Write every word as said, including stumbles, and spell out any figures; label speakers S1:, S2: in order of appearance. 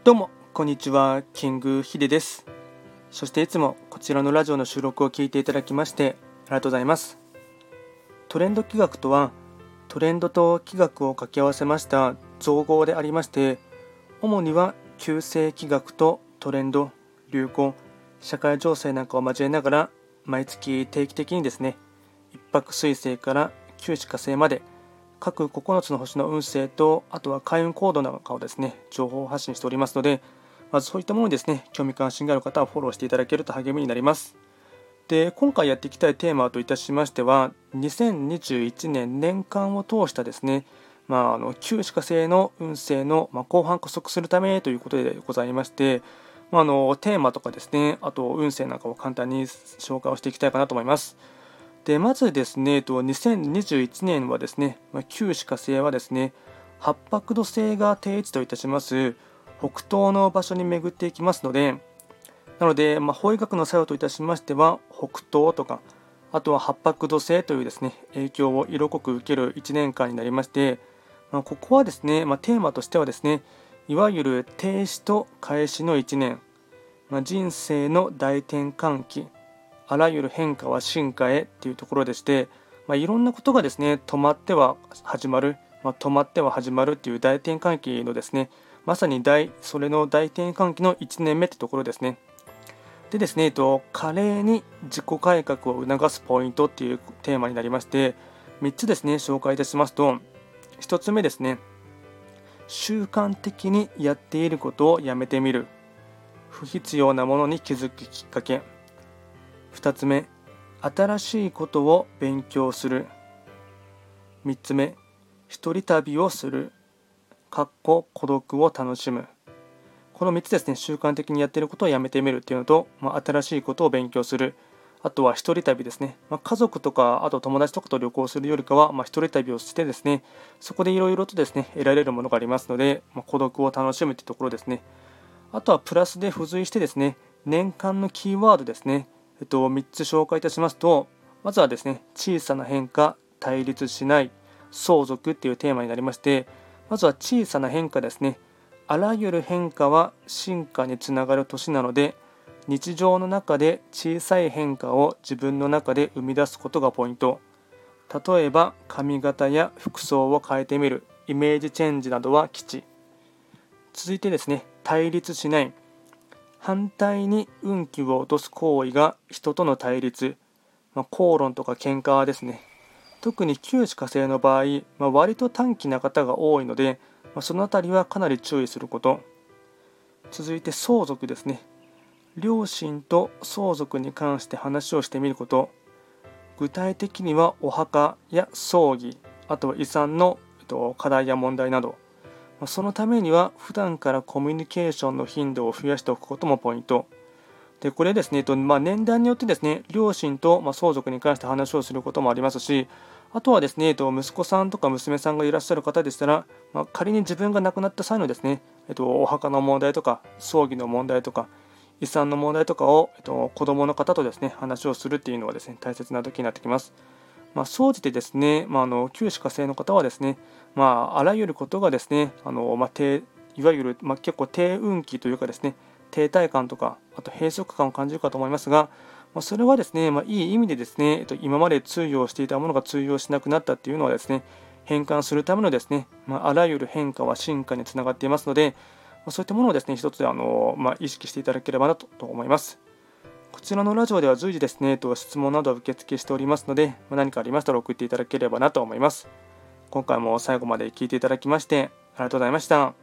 S1: どうもこんにちは、キングヒデです。そしていつもこちらのラジオの収録を聞いていただきましてありがとうございます。トレンド企画とは、トレンドと企画を掛け合わせました造語でありまして、主には旧世企画とトレンド、流行、社会情勢なんかを交えながら、毎月定期的にですね、一泊水星から九死火星まで各ここのつの星の運勢と、あとは開運行動なんかをですね、情報発信しておりますので、まずそういったものにですね、興味関心がある方はフォローしていただけると励みになります。で、今回やっていきたいテーマといたしましては、にせんにじゅういちねん年間を通したですね、まあ、あの旧歯科星の運勢の、まあ、後半加速するためということでございまして、まあ、あのテーマとかですね、あと運勢なんかを簡単に紹介をしていきたいかなと思います。でまずですね、にせんにじゅういちねんはですね、まあ、旧歯科星はですね、八白土星が定位置といたします北東の場所に巡っていきますので、なので、まあ、法医学の作用といたしましては、北東とか、あとは八白土星というですね、影響を色濃く受けるいちねんかんになりまして、まあ、ここはですね、まあ、テーマとしてはですね、いわゆる停止と開始のいちねん、まあ、人生の大転換期、あらゆる変化は進化へというところでして、まあ、いろんなことがですね、止まっては始まる、まあ、止まっては始まるという大転換期のですね、まさに大それの大転換期のいちねんめというところですね。でですね、えっと、華麗に自己改革を促すポイントっていうテーマになりまして、みっつですね、紹介いたしますと、ひとつめですね、習慣的にやっていることをやめてみる。不必要なものに気づくきっかけ。ふたつめ、新しいことを勉強する。みっつめ、一人旅をする。かっこ孤独を楽しむ。このみっつですね、習慣的にやっていることをやめてみるっていうのと、まあ、新しいことを勉強する。あとは一人旅ですね。まあ、家族とか、あと友達とかと旅行するよりかは、まあ、一人旅をしてですね、そこでいろいろとですね、得られるものがありますので、まあ、孤独を楽しむというところですね。あとはプラスで付随してですね、年間のキーワードですね。えっと、みっつ紹介いたしますと、まずはですね、小さな変化、対立しない、相続っていうテーマになりまして、まずは小さな変化ですね。あらゆる変化は進化につながる年なので、日常の中で小さい変化を自分の中で生み出すことがポイント。例えば、髪型や服装を変えてみる、イメージチェンジなどは吉。続いてですね、対立しない。反対に運気を落とす行為が人との対立、まあ、口論とか喧嘩ですね。特に旧歯科星の場合、まあ、割と短気な方が多いので、まあ、そのあたりはかなり注意すること。続いて相続ですね。両親と相続に関して話をしてみること。具体的にはお墓や葬儀、あとは遺産の課題や問題など。そのためには普段からコミュニケーションの頻度を増やしておくこともポイントで、これですね、まあ、年代によってですね、両親とまあ相続に関して話をすることもありますし、あとはですね、息子さんとか娘さんがいらっしゃる方でしたら、まあ、仮に自分が亡くなった際のですね、えっと、お墓の問題とか葬儀の問題とか遺産の問題とかを、えっと、子供の方とですね話をするっていうのはですね、大切な時になってきます。まあ、総じてですね、まあ、あの旧歯科星の方はですね、まあ、あらゆることがですね、あのまあ、低いわゆる、まあ、結構低運気というかですね、停滞感とか、あと閉塞感を感じるかと思いますが、まあ、それはですね、まあ、いい意味でですね、えっと、今まで通用していたものが通用しなくなったっていうのはですね、変換するためのですね、まあ、あらゆる変化は進化につながっていますので、まあ、そういったものをですね、一つあの、まあ、意識していただければなと思います。こちらのラジオでは随時ですね、質問などを受付しておりますので、何かありましたら送っていただければなと思います。今回も最後まで聞いていただきましてありがとうございました。